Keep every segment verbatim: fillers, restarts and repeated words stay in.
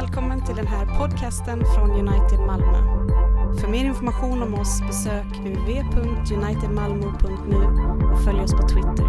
Välkommen till den här podcasten från United Malmö. För mer information om oss besök w w w punkt united malmo punkt n u och följ oss på Twitter.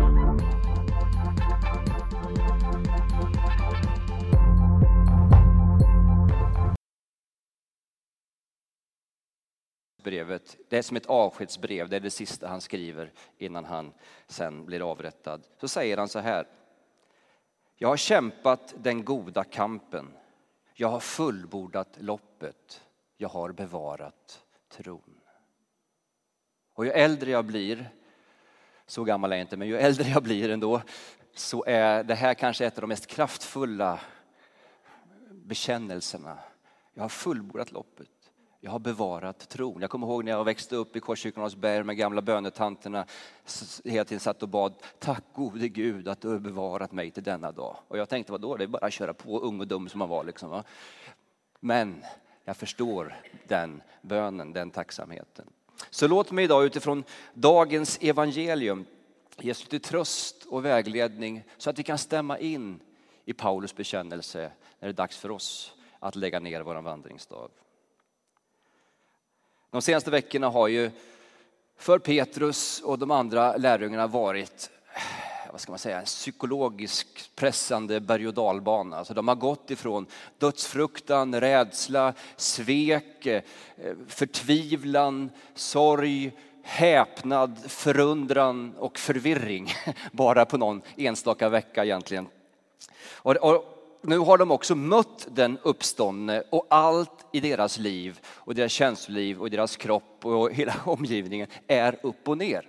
Brevet. Det är som ett avskedsbrev, det är det sista han skriver innan han sen blir avrättad. Så säger han så här: jag har kämpat den goda kampen, jag har fullbordat loppet, jag har bevarat tron. Och ju äldre jag blir, så gammal är jag inte, men ju äldre jag blir ändå, så är det här kanske ett av de mest kraftfulla bekännelserna. Jag har fullbordat loppet. Jag har bevarat tron. Jag kommer ihåg när jag växte upp i Korskyrkan berg med gamla bönetanterna. Hela tiden satt och bad, tack gode Gud att du har bevarat mig till denna dag. Och jag tänkte, vadå? Det är bara att köra på, ung och dum som man var. Liksom, va? Men jag förstår den bönen, den tacksamheten. Så låt mig idag utifrån dagens evangelium ge oss till tröst och vägledning så att vi kan stämma in i Paulus bekännelse när det är dags för oss att lägga ner vår vandringsstav. De senaste veckorna har ju för Petrus och de andra lärjungarna varit, vad ska man säga, en psykologisk pressande berg- och dalbana. Alltså de har gått ifrån dödsfruktan, rädsla, svek, förtvivlan, sorg, häpnad, förundran och förvirring. Bara på någon enstaka vecka egentligen. Och, och nu har de också mött den uppståndne och allt i deras liv och deras känsloliv och deras kropp och hela omgivningen är upp och ner.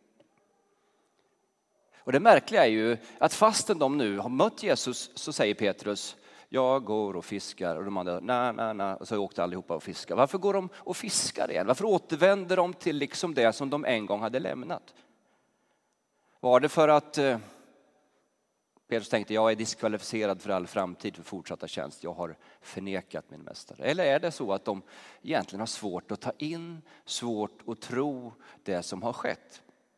Och det märkliga är ju att fastän de nu har mött Jesus så säger Petrus, jag går och fiskar, och de andra, nej, nej, nej, och så åkte allihopa och fiskar. Varför går de och fiskar igen? Varför återvänder de till liksom det som de en gång hade lämnat? Var det för att Petrus tänkte, jag är diskvalificerad för all framtid för fortsatta tjänst. Jag har förnekat min mästare. Eller är det så att de egentligen har svårt att ta in, svårt att tro det som har skett?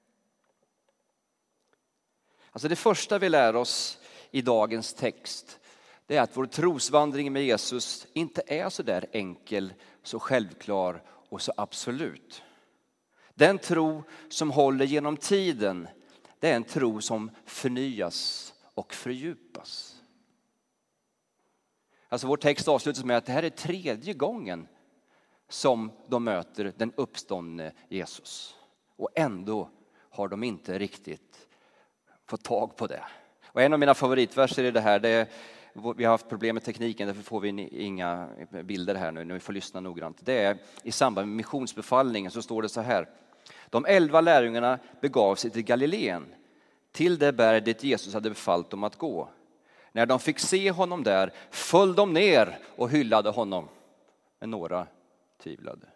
Alltså det första vi lär oss i dagens text, det är att vår trosvandring med Jesus inte är så där enkel, så självklar och så absolut. Den tro som håller genom tiden, det är en tro som förnyas och fördjupas. Alltså vår text avslutas med att det här är tredje gången som de möter den uppståndne Jesus. Och ändå har de inte riktigt fått tag på det. Och en av mina favoritverser är det här. Det är, vi har haft problem med tekniken, därför får vi inga bilder här nu. Nu får vi lyssna noggrant. Det är i samband med missionsbefallningen så står det så här. De elva lärjungarna begav sig till Galileen, till det berg dit Jesus hade befallt dem att gå. När de fick se honom där föll de ner och hyllade honom. Men några tvivlade.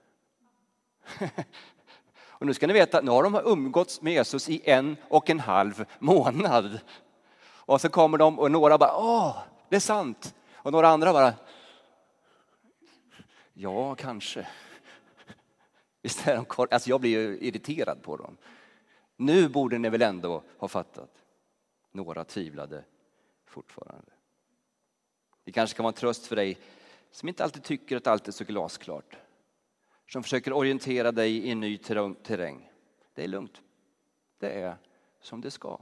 Och nu ska ni veta att nu har de umgåtts med Jesus i en och en halv månad. Och så kommer de och några bara, åh, det är sant. Och några andra bara, ja, kanske. Visst är de kort. Alltså jag blir ju irriterad på dem. Nu borde ni väl ändå ha fattat. Några tvivlade fortfarande. Det kanske kan vara en tröst för dig som inte alltid tycker att allt är så glasklart. Som försöker orientera dig i en ny terräng. Det är lugnt. Det är som det ska.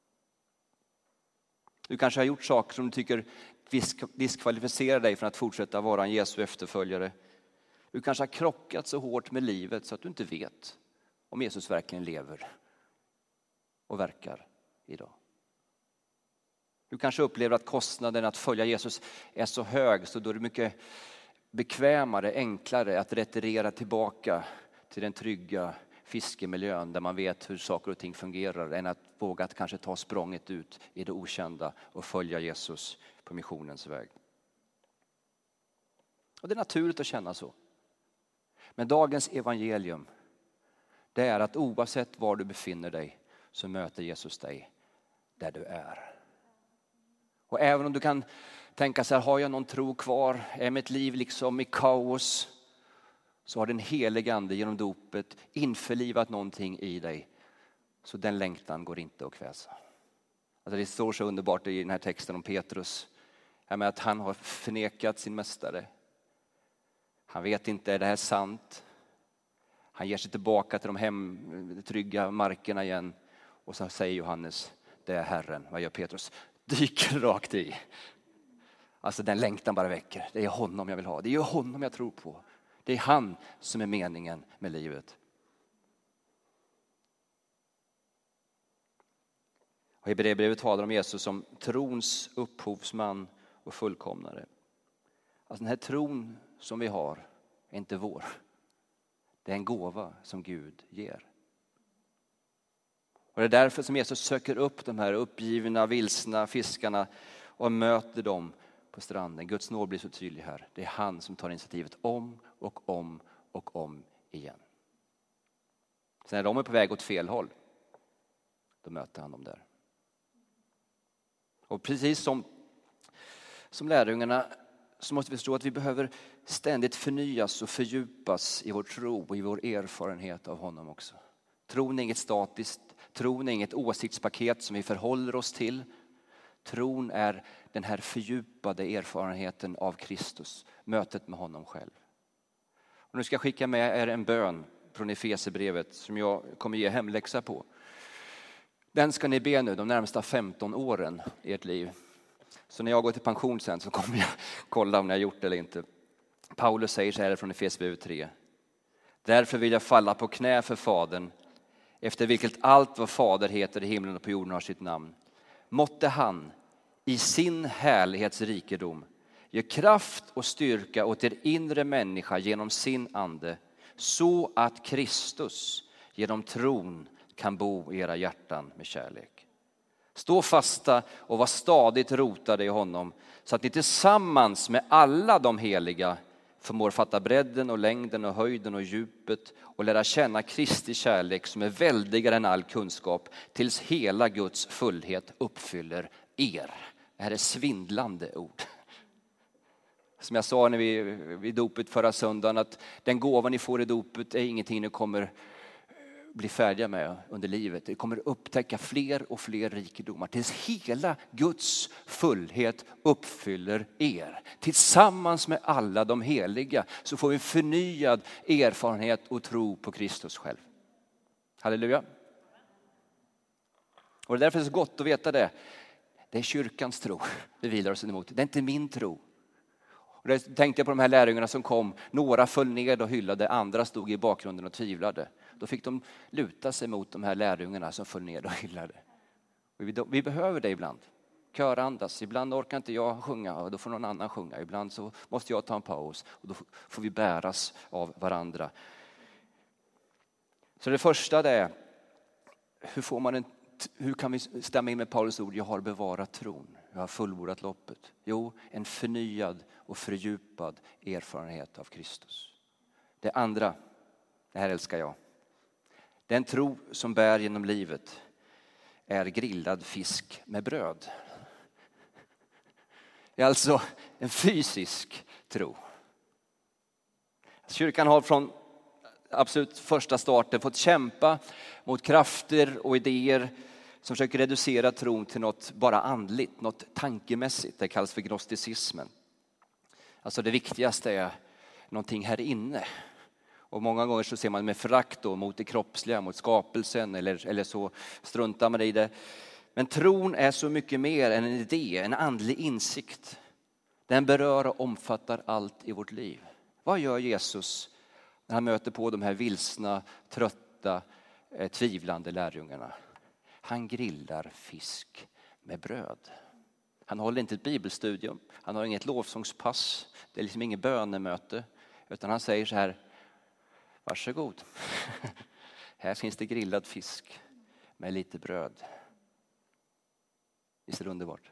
Du kanske har gjort saker som du tycker diskvalificerar dig från att fortsätta vara en Jesu efterföljare. Du kanske har krockat så hårt med livet så att du inte vet om Jesus verkligen lever och verkar idag. Du kanske upplever att kostnaden att följa Jesus är så hög så då är det mycket bekvämare, enklare att retirera tillbaka till den trygga fiskemiljön där man vet hur saker och ting fungerar än att våga att kanske ta språnget ut i det okända och följa Jesus på missionens väg. Och det är naturligt att känna så. Men dagens evangelium, det är att oavsett var du befinner dig så möter Jesus dig där du är. Och även om du kan tänka så här, har jag någon tro kvar? Är mitt liv liksom i kaos? Så har den helige ande genom dopet införlivat någonting i dig. Så den längtan går inte att kväsa. Alltså det står så underbart i den här texten om Petrus. Jag menar att han har förnekat sin mästare. Han vet inte, är det här sant? Han ger sig tillbaka till de hem, trygga markerna igen. Och så säger Johannes, det är Herren. Vad gör Petrus? Dyker rakt i. Alltså den längtan bara väcker. Det är honom jag vill ha. Det är honom jag tror på. Det är han som är meningen med livet. Och i Hebreerbrevet talar om Jesus som trons upphovsman och fullkomnare. Alltså den här tron som vi har är inte vår. Det är en gåva som Gud ger. Och det är därför som Jesus söker upp de här uppgivna, vilsna fiskarna och möter dem på stranden. Guds nåd blir så tydlig här. Det är han som tar initiativet om och om och om igen. Sen när de är på väg åt fel håll, då möter han dem där. Och precis som, som lärjungarna så måste vi förstå att vi behöver ständigt förnyas och fördjupas i vår tro och i vår erfarenhet av honom också. Tron är inget statiskt, tron är inget åsiktspaket som vi förhåller oss till. Tron är den här fördjupade erfarenheten av Kristus, mötet med honom själv. Och nu ska jag skicka med er en bön från Efesierbrevet som jag kommer ge hemläxa på. Den ska ni be nu de närmsta femton åren i ert liv. Så när jag går till pension sen så kommer jag kolla om jag har gjort det eller inte. Paulus säger så här från Efesierbrevet tre. Därför vill jag falla på knä för Fadern, efter vilket allt vad Fader heter i himlen och på jorden har sitt namn. Måtte han i sin härlighetsrikedom ge kraft och styrka åt er inre människa genom sin ande, så att Kristus genom tron kan bo i era hjärtan med kärlek. Stå fasta och var stadigt rotade i honom, så att ni tillsammans med alla de heliga förmår fatta bredden och längden och höjden och djupet och lära känna Kristi kärlek som är väldigare än all kunskap, tills hela Guds fullhet uppfyller er. Det här är svindlande ord. Som jag sa när vi vid dopet förra söndagen, att den gåvan ni får i dopet är ingenting ni kommer bli färdiga med under livet. Det kommer upptäcka fler och fler rikedomar tills hela Guds fullhet uppfyller er. Tillsammans med alla de heliga så får vi förnyad erfarenhet och tro på Kristus själv. Halleluja. Och det är därför är det så gott att veta det. Det är kyrkans tro vi vilar oss emot. Det är inte min tro. Och det tänkte jag på de här lärjungarna som kom. Några föll ned och hyllade, andra stod i bakgrunden och tvivlade. Då fick de luta sig mot de här lärjungarna som föll ned och hyllade. Och vi, vi behöver det ibland. Körandas. Ibland orkar inte jag sjunga och då får någon annan sjunga. Ibland så måste jag ta en paus och då får vi bäras av varandra. Så det första det är, hur, får man en, hur kan vi stämma in med Paulus ord? Jag har bevarat tron. Jag har fullbordat loppet. Jo, en förnyad och fördjupad erfarenhet av Kristus. Det andra, det här älskar jag. Den tro som bär genom livet är grillad fisk med bröd. Det är alltså en fysisk tro. Kyrkan har från absolut första starten fått kämpa mot krafter och idéer som försöker reducera tron till något bara andligt, något tankemässigt. Det kallas för gnosticismen. Alltså det viktigaste är någonting här inne. Och många gånger så ser man med förakt då mot det kroppsliga, mot skapelsen eller, eller så struntar man i det. Men tron är så mycket mer än en idé, en andlig insikt. Den berör och omfattar allt i vårt liv. Vad gör Jesus när han möter på de här vilsna, trötta, eh, tvivlande lärjungarna? Han grillar fisk med bröd. Han håller inte ett bibelstudium. Han har inget lovsångspass. Det är liksom inget bönemöte. Utan han säger så här: varsågod. Här finns det grillad fisk med lite bröd. Visst är det underbart?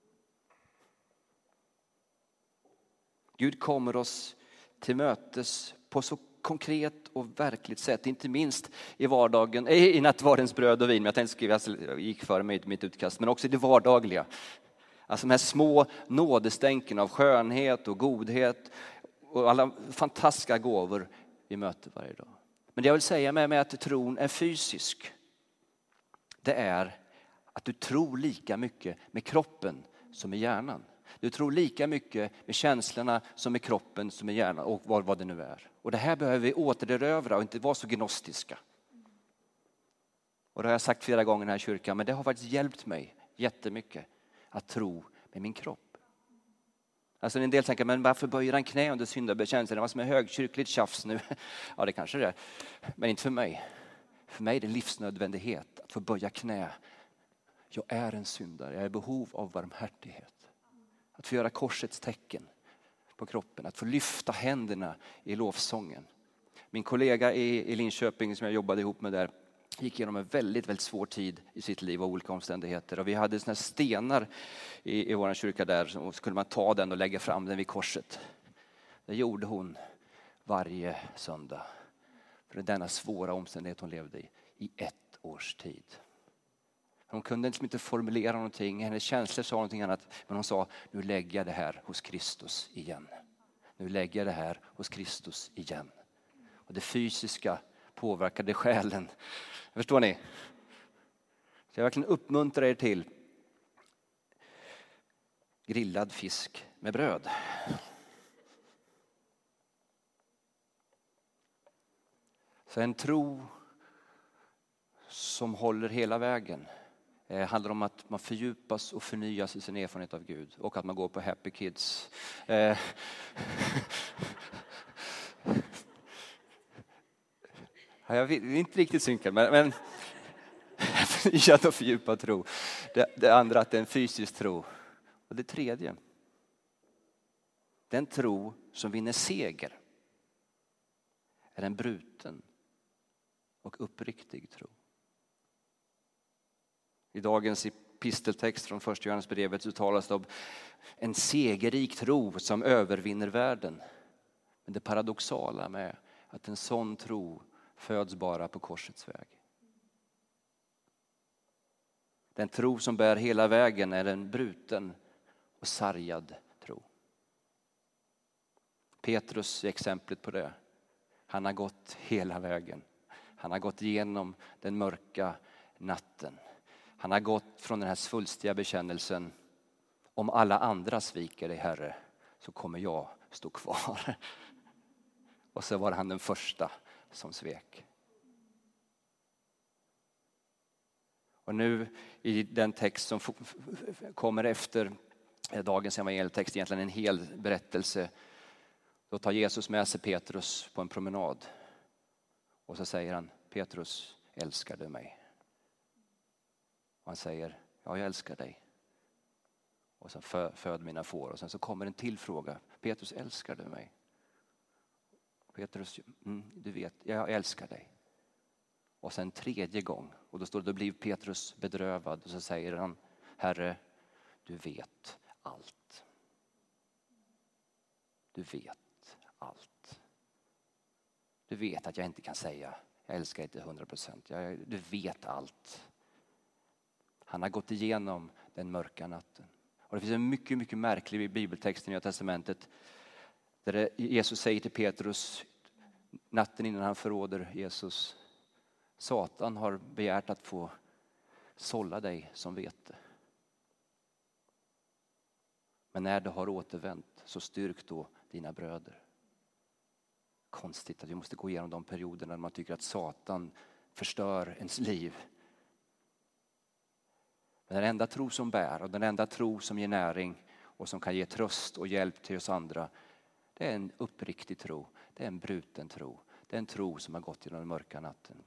Gud kommer oss till mötes på så konkret och verkligt sätt. Inte minst i vardagen, i nattvardens bröd och vin. Men jag tänkte skriva, jag gick före mig mitt utkast. Men också i det vardagliga. Alltså de här små nådestänken av skönhet och godhet. Och alla fantastiska gåvor vi möter varje dag. Men det jag vill säga med, med att tron är fysisk. Det är att du tror lika mycket med kroppen som med hjärnan. Du tror lika mycket med känslorna som med kroppen, som med hjärnan och vad, vad det nu är. Och det här behöver vi återerövra och inte vara så gnostiska. Och det har jag sagt flera gånger i den här kyrkan, men det har faktiskt hjälpt mig jättemycket att tro med min kropp. Alltså en del tänker, men varför böjer han knä under syndabekännelsen? Det var som är högkyrkligt tjafs nu. Ja, det kanske det är, men inte för mig. För mig är det livsnödvändighet att få böja knä. Jag är en syndare, jag är i behov av barmhärtighet. Att få göra korsets tecken på kroppen, att få lyfta händerna i lovsången. Min kollega i, i Linköping som jag jobbade ihop med där gick igenom en väldigt, väldigt svår tid i sitt liv av olika omständigheter. Och vi hade såna stenar i, i vår kyrka där, och skulle man ta den och lägga fram den vid korset. Det gjorde hon varje söndag. För denna svåra omständighet hon levde i, i ett års tid. Hon kunde liksom inte formulera någonting, hennes känslor sa någonting annat. Men hon sa, nu lägger jag det här hos Kristus igen. Nu lägger jag det här hos Kristus igen. Och det fysiska påverkade själen. Förstår ni? Så jag verkligen uppmuntrar er till grillad fisk med bröd. Så en tro som håller hela vägen eh, handlar om att man fördjupas och förnyas i sin erfarenhet av Gud. Och att man går på Happy Kids. Eh, Jag är inte riktigt synkad, men, men förnyad och fördjupad tro. Det, det andra att det är en fysisk tro. Och det tredje, den tro som vinner seger är en bruten och uppriktig tro. I dagens episteltext från första Johannesbrevet så talas det om en segerrik tro som övervinner världen. Men det paradoxala med att en sån tro föds bara på korsets väg. Den tro som bär hela vägen är en bruten och sargad tro. Petrus är exemplet på det. Han har gått hela vägen. Han har gått igenom den mörka natten. Han har gått från den här svulstiga bekännelsen. Om alla andra sviker dig, Herre, så kommer jag stå kvar. Och så var han den första som svek. Och nu i den text som kommer efter dagens evangelietext, egentligen en hel berättelse, då tar Jesus med sig Petrus på en promenad. Och så säger han, Petrus, älskar du mig? Och han säger, ja, jag älskar dig. Och så fö, föd mina får. Och sen så kommer en till fråga, Petrus, älskar du mig? Petrus, mm, du vet, jag älskar dig. Och sen tredje gång, och då står det, då blir Petrus bedrövad. Och så säger han, Herre, du vet allt. Du vet allt. Du vet att jag inte kan säga, jag älskar inte hundra procent. Du vet allt. Han har gått igenom den mörka natten. Och det finns en mycket, mycket märklig bibeltext i Nya testamentet. Där Jesus säger till Petrus, natten innan han förråder Jesus, Satan har begärt att få sålla dig som vete. Men när du har återvänt så styrk då dina bröder. Konstigt att vi måste gå igenom de perioderna när man tycker att Satan förstör ens liv. Men den enda tro som bär och den enda tro som ger näring och som kan ge tröst och hjälp till oss andra, det är en uppriktig tro. Det är en bruten tro. Det är en tro som har gått genom den mörka natten.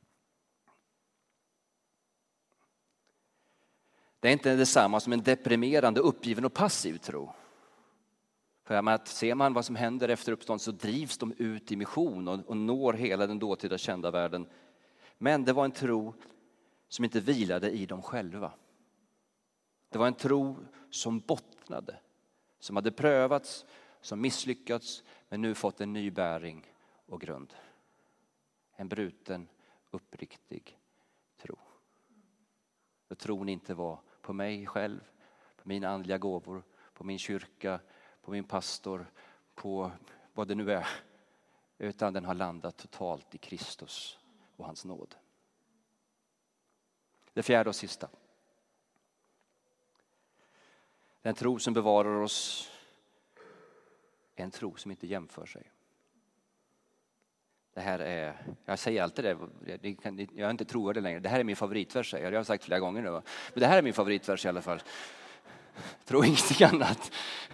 Det är inte detsamma som en deprimerande, uppgiven och passiv tro. För att ser man vad som händer efter uppstånd så drivs de ut i mission och, och når hela den dåtida kända världen. Men det var en tro som inte vilade i dem själva. Det var en tro som bottnade, som hade prövats, som misslyckats, men nu fått en ny bäring och grund. En bruten, uppriktig tro. Då tron inte var på mig själv, på mina andliga gåvor, på min kyrka, på min pastor, på vad det nu är. Utan den har landat totalt i Kristus och hans nåd. Det fjärde och sista. Den tro som bevarar oss är en tro som inte jämför sig. Det här är, jag säger alltid det, det kan, jag är inte troar det längre. Det här är min favoritvers, jag har sagt flera gånger nu. Men det här är min favoritvers i alla fall. Tro ingenting annat.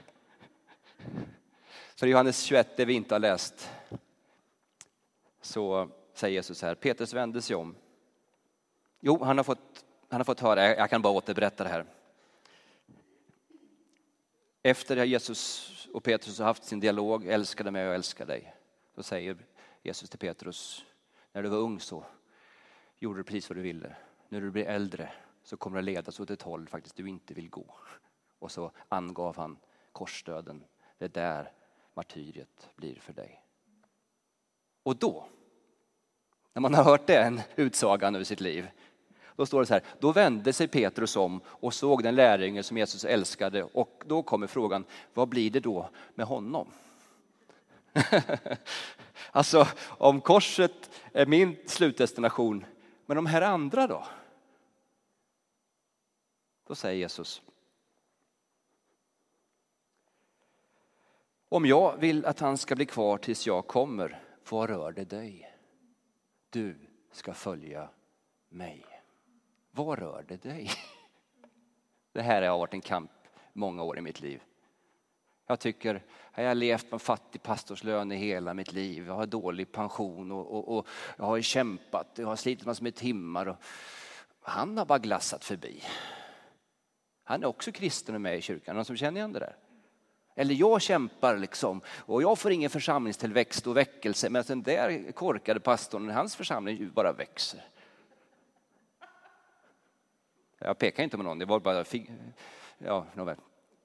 För Johannes tjugoett, det vi inte har läst, så säger Jesus här, Petrus vände sig om. Jo, han har fått, han har fått höra, jag kan bara återberätta det här. Efter att Jesus och Petrus har haft sin dialog, älskade mig och älskar dig. Så säger Jesus till Petrus, när du var ung så gjorde du precis vad du ville. När du blir äldre så kommer det ledas åt ett håll faktiskt du inte vill gå. Och så angav han korsdöden. Det är där martyriet blir för dig. Och då, när man har hört den utsagan över sitt liv, då står det så här, då vände sig Petrus om och såg den lärjunge som Jesus älskade. Och då kommer frågan, vad blir det då med honom? Alltså, om korset är min slutdestination, men de här andra då? Då säger Jesus, om jag vill att han ska bli kvar tills jag kommer, vad rör det dig? Du ska följa mig. Vad rör det dig? Det här har varit en kamp många år i mitt liv. Jag tycker, jag har levt med fattig pastorslön i hela mitt liv. Jag har dålig pension och, och, och jag har kämpat. Jag har slitit massor med timmar. Och han har bara glassat förbi. Han är också kristen och med i kyrkan. Någon som känner igen det där? Eller jag kämpar liksom. Och jag får ingen församlingstillväxt och väckelse. Men den där korkade pastorn, hans församling bara växer. Jag pekar inte med någon. Det var bara... Ja, nåväl.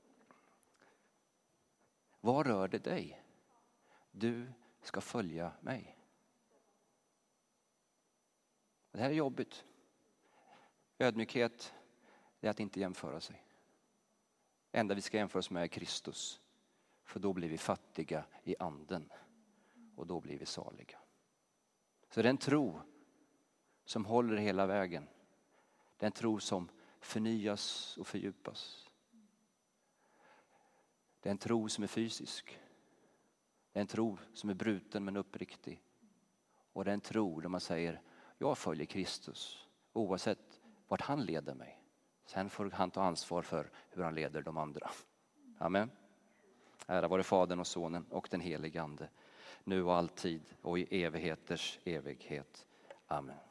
Vad rör det dig? Du ska följa mig. Det här är jobbigt. Ödmjukhet är att inte jämföra sig. Det enda vi ska jämföra oss med är Kristus. För då blir vi fattiga i anden. Och då blir vi saliga. Så det är en tro som håller hela vägen. Det är en tro som förnyas och fördjupas. Det är en tro som är fysisk. Det är en tro som är bruten men uppriktig. Och det är en tro där man säger, jag följer Kristus oavsett vart han leder mig. Sen får han ta ansvar för hur han leder de andra. Amen. Ära vare Fadern och Sonen och den helige Ande. Nu och alltid och i evigheters evighet. Amen.